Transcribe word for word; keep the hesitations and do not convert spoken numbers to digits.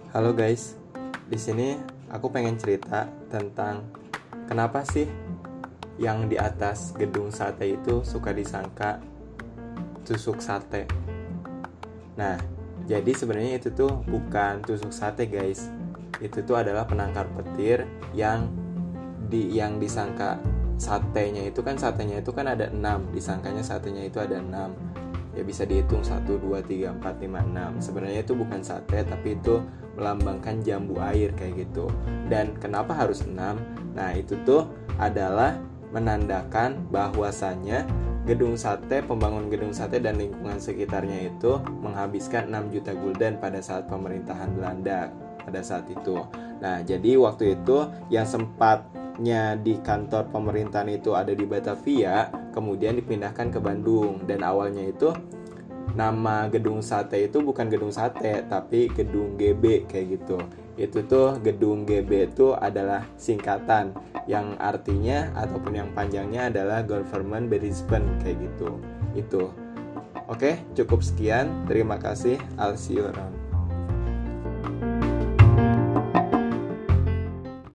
Halo guys, di sini aku pengen cerita tentang kenapa sih yang di atas gedung sate itu suka disangka tusuk sate. Nah, jadi sebenarnya itu tuh bukan tusuk sate guys. Itu tuh adalah penangkar petir yang di yang disangka satenya itu kan satenya itu kan ada enam, disangkanya satenya itu ada enam. Ya bisa dihitung satu, dua, tiga, empat, lima, enam. Sebenarnya itu bukan sate tapi itu melambangkan jambu air kayak gitu. Dan kenapa harus enam? Nah itu tuh adalah menandakan bahwasannya gedung sate, pembangun gedung sate dan lingkungan sekitarnya itu menghabiskan enam juta gulden pada saat pemerintahan Belanda pada saat itu. Nah jadi waktu itu yang sempatnya di kantor pemerintahan itu ada di Batavia, kemudian dipindahkan ke Bandung. Dan awalnya itu nama gedung sate itu bukan gedung sate tapi gedung G B kayak gitu. Itu tuh gedung G B itu adalah singkatan yang artinya ataupun yang panjangnya adalah Government Brisbane kayak gitu. Itu. Oke, cukup sekian. Terima kasih. I'll see you around.